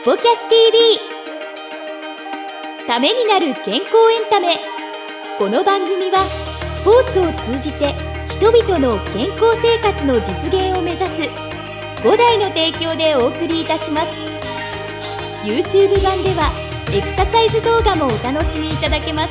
ポキャス TV ためになる健康エンタメ。この番組はスポーツを通じて人々の健康生活の実現を目指す5台の提供でお送りいたします。 YouTube 版ではエクササイズ動画もお楽しみいただけます。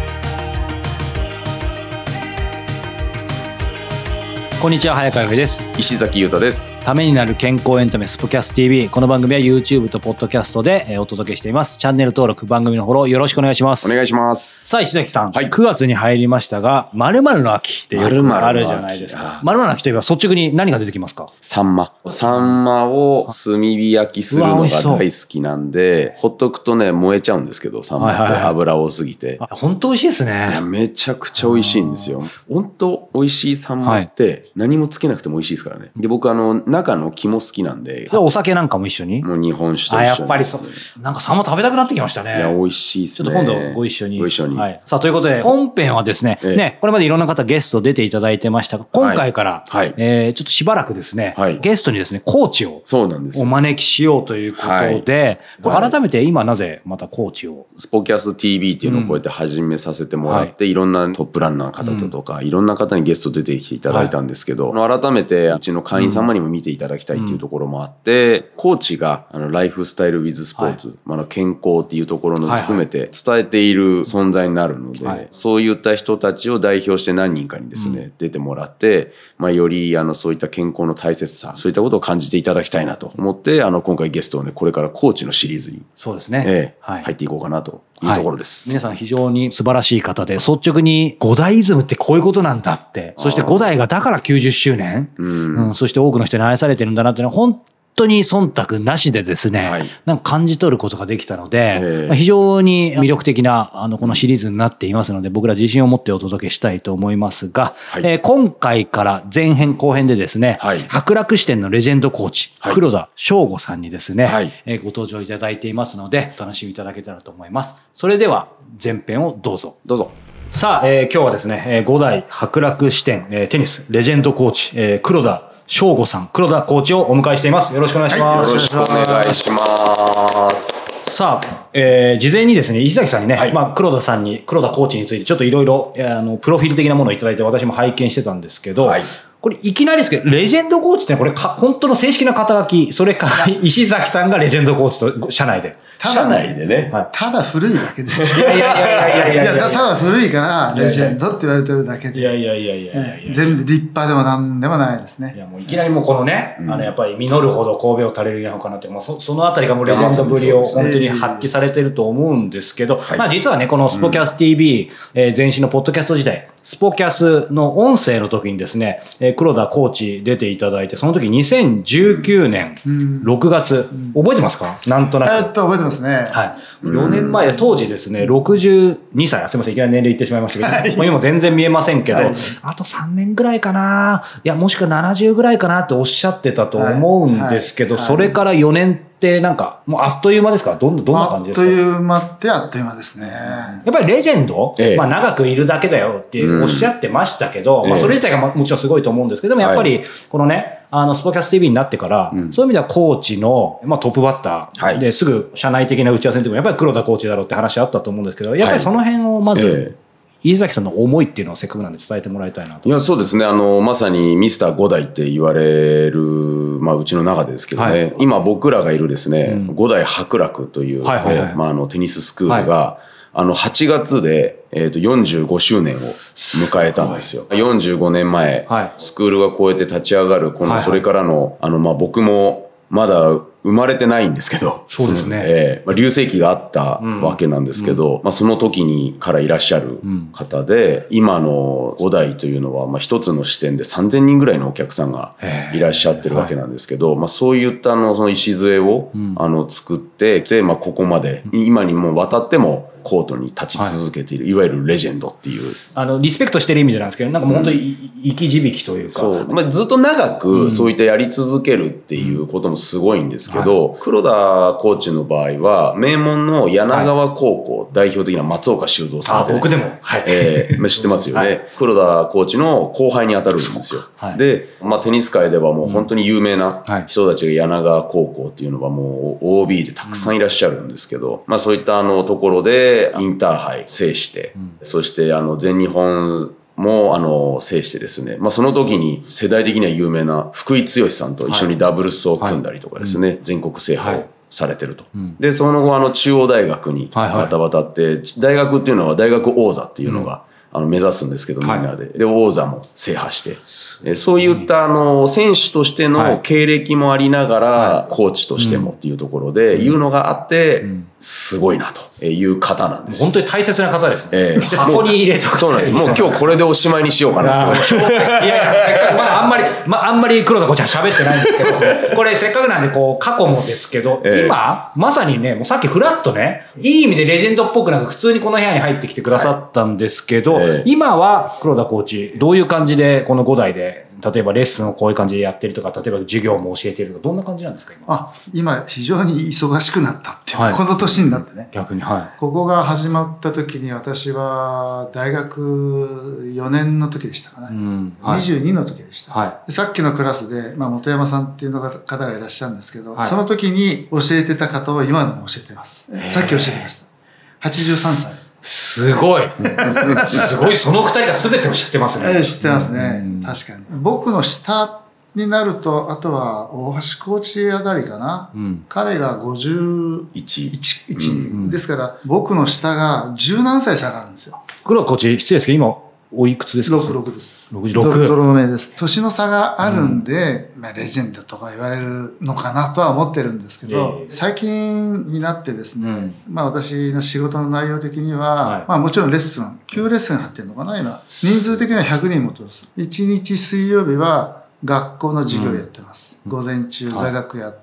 こんにちは、早川洋平です。 石崎裕太です。 ためになる健康エンタメスポキャス TV。この番組は YouTube とポッドキャストでお届けしています。チャンネル登録、番組のフォローよろしくお願いします。 お願いします。 さあ石崎さん、 はい、 9月に入りましたが、〇〇の秋ってよくあるじゃないですか。〇〇の秋といえば率直に何が出てきますか？ サンマを炭火焼きするのが大好きなんで、ほっとくとね燃えちゃうんですけど、サンマって油多すぎて、 本当美味しいですね。 いやめちゃくちゃ美味しいんですよ。本当美味しいサンマって何もつけなくても美味しいですからね。で僕中の肝好きなんで、 お酒なんかも一緒に、 もう日本酒と一緒に。 やっぱりそうなんかサンマ食べたくなってきましたね。 いや美味しいですね。 ちょっと今度ご一緒に。 はい、 さあということで本編はですね、これまでいろんな方ゲスト出ていただいてましたが、今回から、ちょっとしばらくですね、ゲストにですねコーチをお招きしようということで、これ改めて今なぜまたコーチをスポキャス TV っていうのをこうやって始めさせてもらって、いろんなトップランナーの方とか、いろんな方にゲスト出てきていただいたんですけど、改めてうちの会員様にも見ていただきたいっていうところもあって、コーチがライフスタイルウィズスポーツ、健康っていうところの含めて伝えている存在になるので、そういった人たちを代表して何人かにですね、出てもらって、よりそういった健康の大切さ、そういったことを感じていただきたいなと思って、今回ゲストをね、これからコーチのシリーズにそうですね、 入っていこうかなというところです。 皆さん非常に素晴らしい方で、率直に5代イズムってこういうことなんだって、そして5代がだから90周年、そして多くの人に愛されてるんだなっていうのは本当に忖度なしでですね、なんか感じ取ることができたので、非常に魅力的なこのシリーズになっていますので、僕ら自信を持ってお届けしたいと思いますが、今回から前編後編でですね、伯楽支店のレジェンドコーチ、黒田翔吾さんにですね、ご登場いただいていますので、お楽しみいただけたらと思います。それでは前編をどうぞ。さあ、今日はですね、5代伯楽支店、テニスレジェンドコーチ、黒田翔吾さん、黒田コーチをお迎えしています。よろしくお願いします。 よろしくお願いします。 さあ、事前にですね、石崎さんにね、黒田コーチについてちょっといろいろプロフィール的なものをいただいて、私も拝見してたんですけど、これいきなりですけど、レジェンドコーチってこれ本当の正式な肩書き、それから石崎さんがレジェンドコーチと社内で。 社内でね。 ただ古いだけですよ。 いや、 ただ古いからレジェンドって言われてるだけで。全部立派でもなんでもないですね。 いやもういきなりもうこのね、やっぱり実るほど神戸を垂れるやのかなって、そのあたりがもうレジェンドぶりを本当に発揮されてると思うんですけど、実はね、このスポキャス TV、前身のポッドキャスト時代、スポキャスの音声の時にですね、黒田コーチ出ていただいて、その時2019年6月、覚えてますか？なんとなく。 覚えてますね。 4年前で、当時ですね、62歳、すいません、いきなり年齢言ってしまいましたけど、今も全然見えませんけど、あと3年ぐらいかな、いや、もしくは70ぐらいかなっておっしゃってたと思うんですけど、それから4年ってなんか、もうあっという間ですか？どんな感じですか？ あっという間ってあっという間ですね。 やっぱりレジェンド、長くいるだけだよっておっしゃってましたけど、それ自体がもちろんすごいと思うんですけども、やっぱりこのね、スポキャス TV になってから、そういう意味ではコーチの、トップバッターで、すぐ社内的な打ち合わせの時もやっぱり黒田コーチだろうって話あったと思うんですけど、やっぱりその辺をまず、石崎さんの思いっていうのをせっかくなんで伝えてもらいたいなと。 いや、そうですね。まさにミスター5代って言われる、うちの中でですけどね、今僕らがいるですね、5代伯楽という、テニススクールが、8月で、45周年を迎えたんですよ。45年前、スクールがこうやって立ち上がる、それからの、僕もまだ生まれてないんですけど、 そうですね。 隆盛期があったわけなんですけど、その時にからいらっしゃる方で、今の5代というのは、一つの視点で3000人ぐらいのお客さんがいらっしゃってるわけなんですけど、そういったその礎を作って、で、ここまで、今にも渡っても、 コートに立ち続けている、いわゆるレジェンドっていう。 リスペクトしてる意味でなんですけど、なんかもう本当に生き字引というか。 そう。まあ、ずっと長くそういったやり続けるっていうこともすごいんですけど、黒田コーチの場合は、名門の柳川高校代表的な松岡修造さんって、 僕でも。はい。 知ってますよね。黒田コーチの後輩に当たるんですよ。で、まあ、テニス界ではもう本当に有名な人たちが柳川高校っていうのはもう OB でたくさんいらっしゃるんですけど、まあ、そういったところでインターハイ制して、そして全日本も制してですね、まあ、その時に世代的には有名な福井剛さんと一緒にダブルスを組んだりとかですね、全国制覇をされてると。で、その後中央大学にまた渡って、大学っていうのは大学王座っていうのが、目指すんですけど、みんなで。で、王座も制覇して。そういった選手としての経歴もありながら、コーチとしてもっていうところで、いうのがあって、すごいなという方なんです。 本当に大切な方ですね。箱に入れとく。 そうなんです。もう今日これでおしまいにしようかなと。 いやいや、せっかく、まだあんまり黒田コーチは喋ってないんですけど、これせっかくなんで過去もですけど、今、まさにね、もうさっきフラッとね、いい意味でレジェンドっぽく普通にこの部屋に入ってきてくださったんですけど、今は黒田コーチ、どういう感じでこの5代で、例えばレッスンをこういう感じでやってるとか、例えば授業も教えてるとか、どんな感じなんですか今非常に忙しくなったっていう、この年になってね。 逆に、 ここが始まった時に私は大学4年の時でしたかね。22の時でした。さっきのクラスで、本山さんっていう方がいらっしゃるんですけど、その時に教えてた方を今でも教えてます。さっき教えてました。83歳。 すごい。すごい。その二人が全てを知ってますね。 知ってますね。確かに。僕の下になると、あとは大橋コーチあたりかな。彼が51。ですから、僕の下が十何歳下がるんですよ。 黒田コーチ、失礼ですけど、今、おいくつですか ？66です。 66。 ゾロ目です。年の差があるんで、レジェンドとか言われるのかなとは思ってるんですけど、最近になってですね、私の仕事の内容的には、もちろんレッスン、9レッスン入ってるのかな、今。人数的には100人も通す。1日水曜日は学校の授業やってます。午前中座学やって、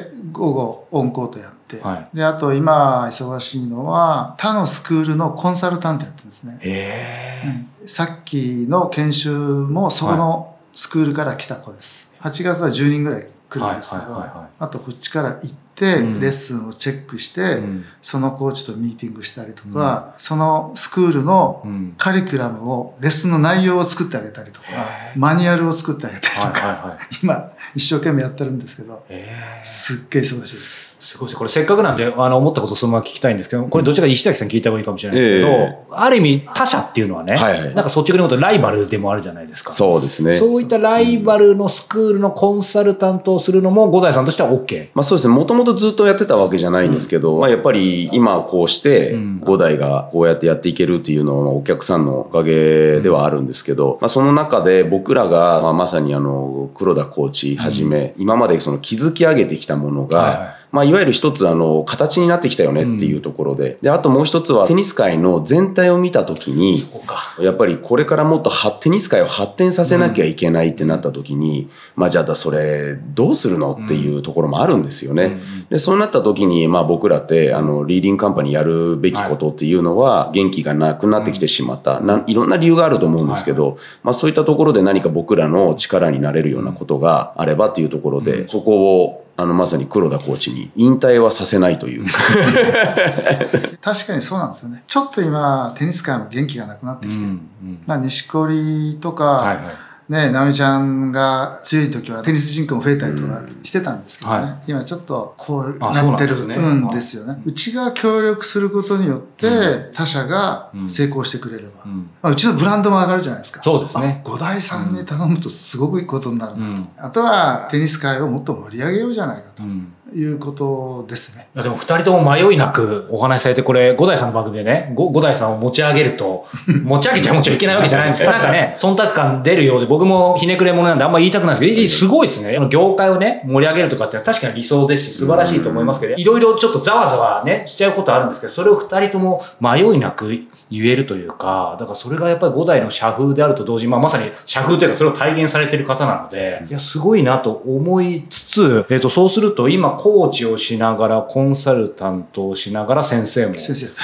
午後オンコートやって、で、あと今忙しいのは他のスクールのコンサルタントやってるんですね。さっきの研修もそこのスクールから来た子です。8月は10人ぐらい来るんですけど、あとこっちから行ってレッスンをチェックして、そのコーチとミーティングしたりとか、そのスクールのカリキュラムを、レッスンの内容を作ってあげたりとか、マニュアルを作ってあげたりとか、今一生懸命やってるんですけど、すっげえ忙しいです。 すごいです。これせっかくなんで、思ったことそのまま聞きたいんですけど、これどちらか石崎さん聞いた方がいいかもしれないですけど、ある意味他者っていうのはね、なんか率直に言うとライバルでもあるじゃないですか。 そうですね。 そういったライバルのスクールのコンサルタントをするのも五代さんとしては OK？ そうですね。もともとずっとやってたわけじゃないんですけど、やっぱり今こうして五代がこうやってやっていけるっていうのはお客さんのおかげではあるんですけど、その中で僕らがまさに黒田コーチはじめ、今までその築き上げてきたものが、いわゆる一つ形になってきたよねっていうところで、あともう一つはテニス界の全体を見たときに、やっぱりこれからもっとテニス界を発展させなきゃいけないってなったときに、じゃあそれどうするのっていうところもあるんですよね。で、そうなったときに僕らってリーディングカンパニーやるべきことっていうのは元気がなくなってきてしまった。いろんな理由があると思うんですけど、そういったところで何か僕らの力になれるようなことがあればっていうところで、そこをまさに黒田コーチに引退はさせないという。 確かにそうなんですよね。ちょっと今、テニス界も元気がなくなってきてる。錦織とか、ね、直美ちゃんが強い時はテニス人口も増えたりとかしてたんですけどね。今ちょっとこうなってるんですよね。うちが協力することによって他社が成功してくれれば。うちのブランドも上がるじゃないですか。 そうですね。 五代さんに頼むとすごくいいことになるなと。あとはテニス界をもっと盛り上げようじゃないかと。いうことですね。 でも二人とも迷いなくお話しされて、これ五代さんの番組でね、五代さんを持ち上げると、持ち上げちゃもちろんいけないわけじゃないんですけど、なんかね、忖度感出るようで、僕もひねくれ者なんであんま言いたくないんですけど、すごいですね。業界をね、盛り上げるとかって確かに理想ですし、素晴らしいと思いますけど、いろいろちょっとざわざわね、しちゃうことあるんですけど、それを二人とも迷いなく言えるというか、だからそれがやっぱり五代の社風であると同時に、まさに社風というかそれを体現されている方なので、いや、すごいなと思いつつ、そうすると今コーチをしながらコンサルタントをしながら先生も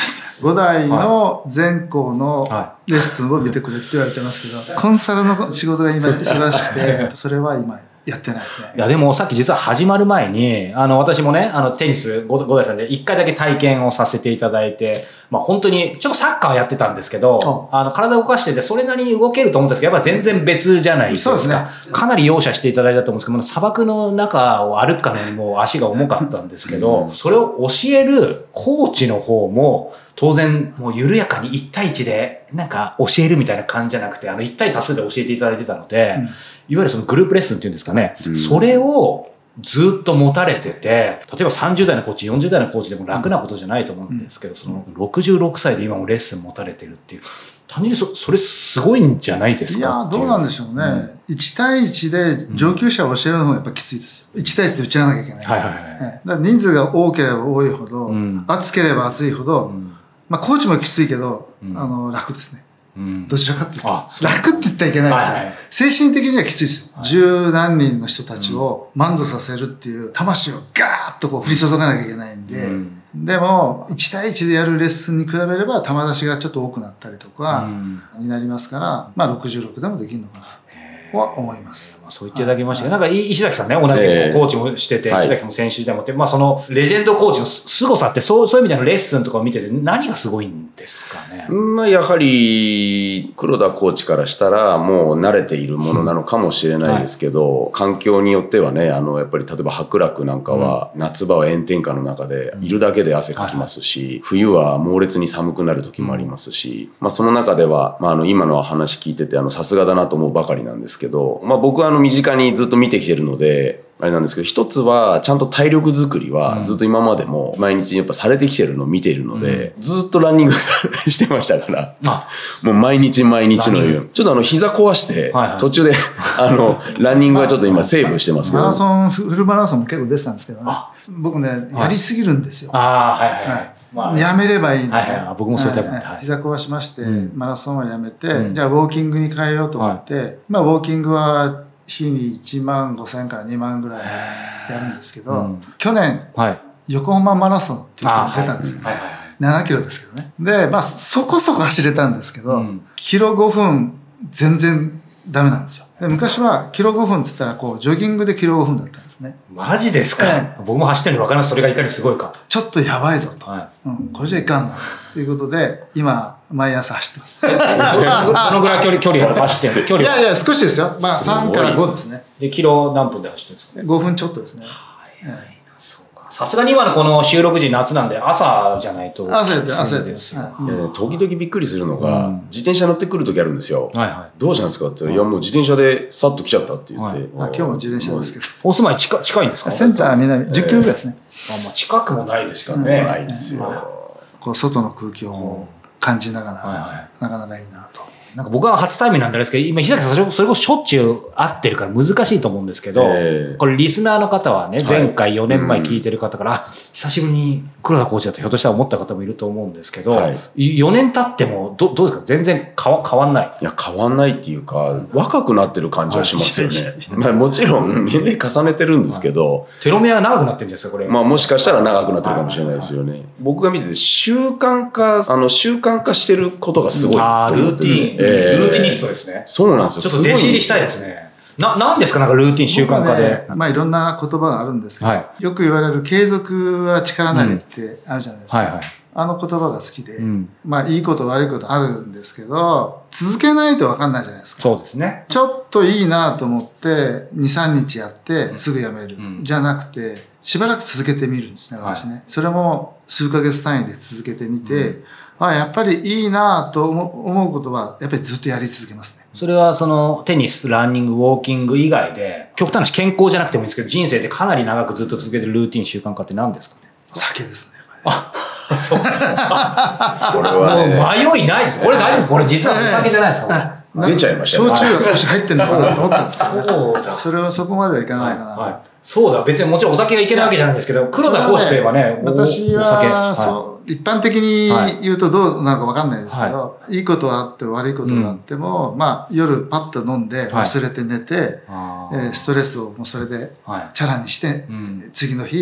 5代の全校のレッスンを見てくれって言われてますけど、コンサルの仕事が今忙しくて、それは今やってないですね。 いや、でもさっき実は始まる前に、私もね、テニス、五代さんで1回だけ体験をさせていただいて、まあ本当に、ちょっとサッカーやってたんですけど、体を動かしてて、それなりに動けると思うんですけど、やっぱり全然別じゃないですか。そうですね。かなり容赦していただいたと思うんですけど、砂漠の中を歩くかのようにもう足が重かったんですけど、それを教えるコーチの方も、当然、もう緩やかに1対1で、なんか教えるみたいな感じじゃなくて、1対多数で教えていただいてたので、いわゆるそのグループレッスンっていうんですかね、それをずっと持たれてて、例えば30代のコーチ、40代のコーチでも楽なことじゃないと思うんですけど、その66歳で今もレッスン持たれてるっていう、単純にそれすごいんじゃないですか？ いや、どうなんでしょうね。1対1で上級者を教えるのがやっぱきついですよ。1対1で打ち合わなきゃいけない。だから人数が多ければ多いほど、厚ければ厚いほど、まあコーチもきついけど、楽ですね。どちらかっていうと楽って言ったらいけないですね。精神的にはきついですよ。十何人の人たちを満足させるっていう魂をガーッとこう振り注がなきゃいけないんで、でも1対1でやるレッスンに比べれば球出しがちょっと多くなったりとかになりますから、まあ66でもできるのかなとは思います。 そう言っていただきましたけど、なんか石崎さんね、同じコーチもしてて、石崎さんも選手でもって、まあそのレジェンドコーチの凄さって、そういう意味でのレッスンとかを見てて何がすごいんですかね？ まあやはり黒田コーチからしたらもう慣れているものなのかもしれないですけど、環境によってはね、やっぱり例えば白楽なんかは夏場は炎天下の中でいるだけで汗かきますし、冬は猛烈に寒くなる時もありますし、まあその中では、まあ今の話聞いててさすがだなと思うばかりなんですけど、まあ僕は身近にずっと見てきてるのであれなんですけど、一つはちゃんと体力作りはずっと今までも毎日やっぱされてきてるのを見ているので、ずっとランニングしてましたから、もう毎日のようにちょっと膝壊して途中でランニングはちょっと今セーブしてますけど、 マラソンフルマラソンも結構出てたんですけどね、僕ねやりすぎるんですよ。やめればいいんで、 僕もそういうタイプで、 膝壊しまして、マラソンはやめて、じゃあウォーキングに変えようと思って、まあウォーキングは日に1万5,000から2万ぐらいやるんですけど、去年、横浜マラソンっていうのに出たんですよ。7キロですけどね。で、まあそこそこ走れたんですけど、キロ5分全然ダメなんですよ。で昔はキロ5分って言ったらこうジョギングでキロ5分だったんですね。 マジですか？僕も走ってるの分からない。それがいかにすごいか。 ちょっとやばいぞと。これじゃいかんなということで今毎朝走ってます。どのぐらい距離を走ってるんですか？ いやいや少しですよ。まあ3から5ですね。 でキロ何分で走ってるんですか ？5分ちょっとですね。 さすがに今のこの収録時夏なんで朝じゃないと。 朝やってます。 時々びっくりするのが、自転車乗ってくる時あるんですよ。どうしたんですかって言ったら、いやもう自転車でさっと来ちゃったって言って。 今日も自転車ですけど。 お住まい近いんですか？ センター南10キロぐらいですね。 近くもないですからね。 ないですよ。 こう外の空気を感じながら、なかなかいいなと。 なんか僕は初対面なんですけど、今、日崎さんそれこそしょっちゅう会ってるから難しいと思うんですけど、これリスナーの方はね、前回4年前聞いてる方から、久しぶりに黒田コーチだとひょっとしたら思った方もいると思うんですけど、4年経ってもどうですか？全然変わんない？ いや、変わんないっていうか、若くなってる感じはしますよね。まあもちろん年齢重ねてるんですけど、 テロメア長くなってるんじゃないですか、これ。 まあもしかしたら長くなってるかもしれないですよね。僕が見てて習慣化してることがすごい。 ルーティン。ルーティニストですね。 そうなんですよ。 ちょっと弟子入りしたいですね。なんですか？なんかルーティン習慣化で。 まあいろんな言葉があるんですけど、よく言われる継続は力なりってあるじゃないですか。あの言葉が好きで、まあいいこと悪いことあるんですけど、続けないと分かんないじゃないですか。 そうですね。 ちょっといいなと思って2、3日やってすぐやめる、じゃなくて、しばらく続けてみるんですね、私ね。それも数ヶ月単位で続けてみて、やっぱりいいなと思うことはやっぱりずっとやり続けますね。 それはそのテニス、ランニング、ウォーキング以外で極端な話健康じゃなくてもいいんですけど、人生でかなり長くずっと続けてるルーティン習慣化って何ですかね？ 酒ですね。 そう。それはもう迷いないです。これ大丈夫です。これ実はお酒じゃないですか。 出ちゃいましたね。 焼酎が少し入ってるのかなと思ったんですけど、それはそこまではいかないかな。 そうだ、別にもちろんお酒がいけないわけじゃないんですけど、黒田コーチといえばね、 私はそう一般的に言うとどうなのか分かんないですけど、いいことはあって悪いことがあっても、まあ夜パッと飲んで忘れて寝て、ストレスをもうそれでチャラにして、次の日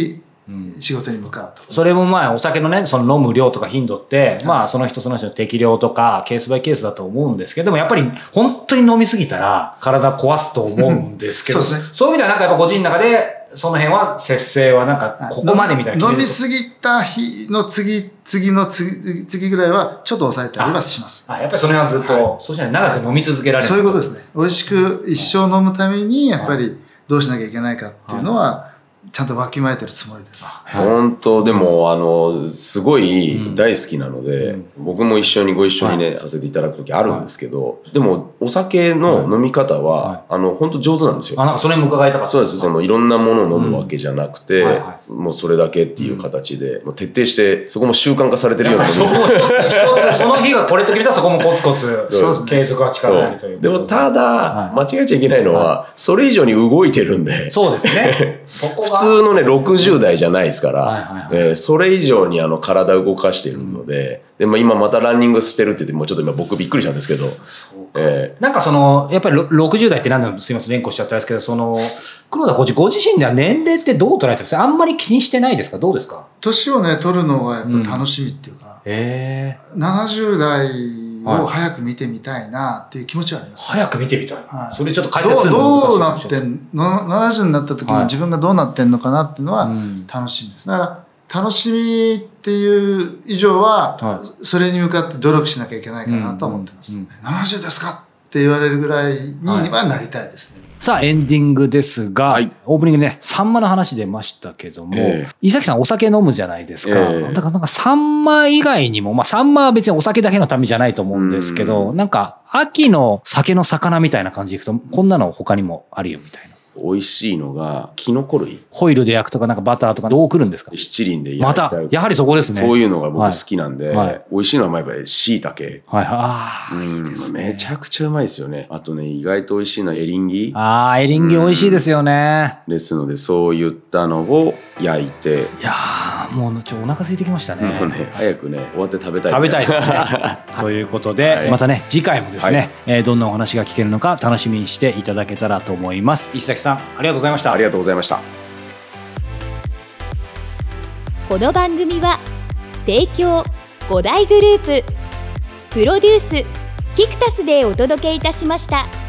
仕事に向かうと。 それもまあお酒のね、その飲む量とか頻度って、まあその人その人の適量とかケースバイケースだと思うんですけど、でもやっぱり本当に飲みすぎたら体壊すと思うんですけど、 そうですね。 そういう意味ではなんかやっぱご自身の中で、その辺は節制はなんかここまでみたいな。 飲みすぎた日の次ぐらいはちょっと抑えたりはします。 やっぱりその辺はずっと、そうしたら長く飲み続けられる。 そういうことですね。美味しく一生飲むためにやっぱりどうしなきゃいけないかっていうのはちゃんとわきまえてるつもりです。 本当でもすごい大好きなので、僕もご一緒にね、させていただく時あるんですけど、でもお酒の飲み方は本当上手なんですよ。 なんかそれも伺いたかった。 そうです。いろんなものを飲むわけじゃなくて、もうそれだけっていう形で、もう徹底してそこも習慣化されてるような。その日がこれと決めたらそこもコツコツ継続は力なりという。 でもただ間違えちゃいけないのは、それ以上に動いてるんで。 そうですね。 普通のね60代じゃないですから、それ以上に体を動かしているので、で今またランニングしてるって言ってもうちょっと今僕びっくりしたんですけど、 なんかやっぱり60代って何だろう、すいません連呼しちゃったんですけど、黒田コーチご自身では年齢ってどう捉えてるんですか？あんまり気にしてないですか？どうですか？ 年をね取るのがやっぱ楽しみっていうか、70代を早く見てみたいなっていう気持ちはあります、 早く見てみたい、それちょっと解説するの難しい。 どうなってんの、70になった時に自分がどうなってんのかなっていうのは楽しみです。だから楽しみっていう以上はそれに向かって努力しなきゃいけないかなと思ってます。70ですかって言われるぐらいにはなりたいですね。 さあエンディングですが、オープニングねサンマの話出ましたけども、伊崎さんお酒飲むじゃないですか、だからなんかサンマ以外にも、サンマは別にお酒だけのためじゃないと思うんですけど、なんか秋の酒の魚みたいな感じでいくとこんなの他にもあるよみたいな。 美味しいのがキノコ類、 ホイルで焼くとかなんかバターとかどうくるんですか？ 七輪で焼いてある。 またやはりそこですね。 そういうのが僕好きなんで、美味しいのはやっぱり椎茸。 いいですね。 めちゃくちゃうまいですよね。あとね意外と美味しいのはエリンギ。 エリンギ美味しいですよね。 ですのでそういったのを焼いて。 いやもうお腹空いてきましたね。 もうね早くね終わって食べたい。 食べたいですね。ということで、またね次回もですね、どんなお話が聞けるのか楽しみにしていただけたらと思います。石崎さんありがとうございました。 ありがとうございました。 この番組は提供5大グループプロデュースキクタスでお届けいたしました。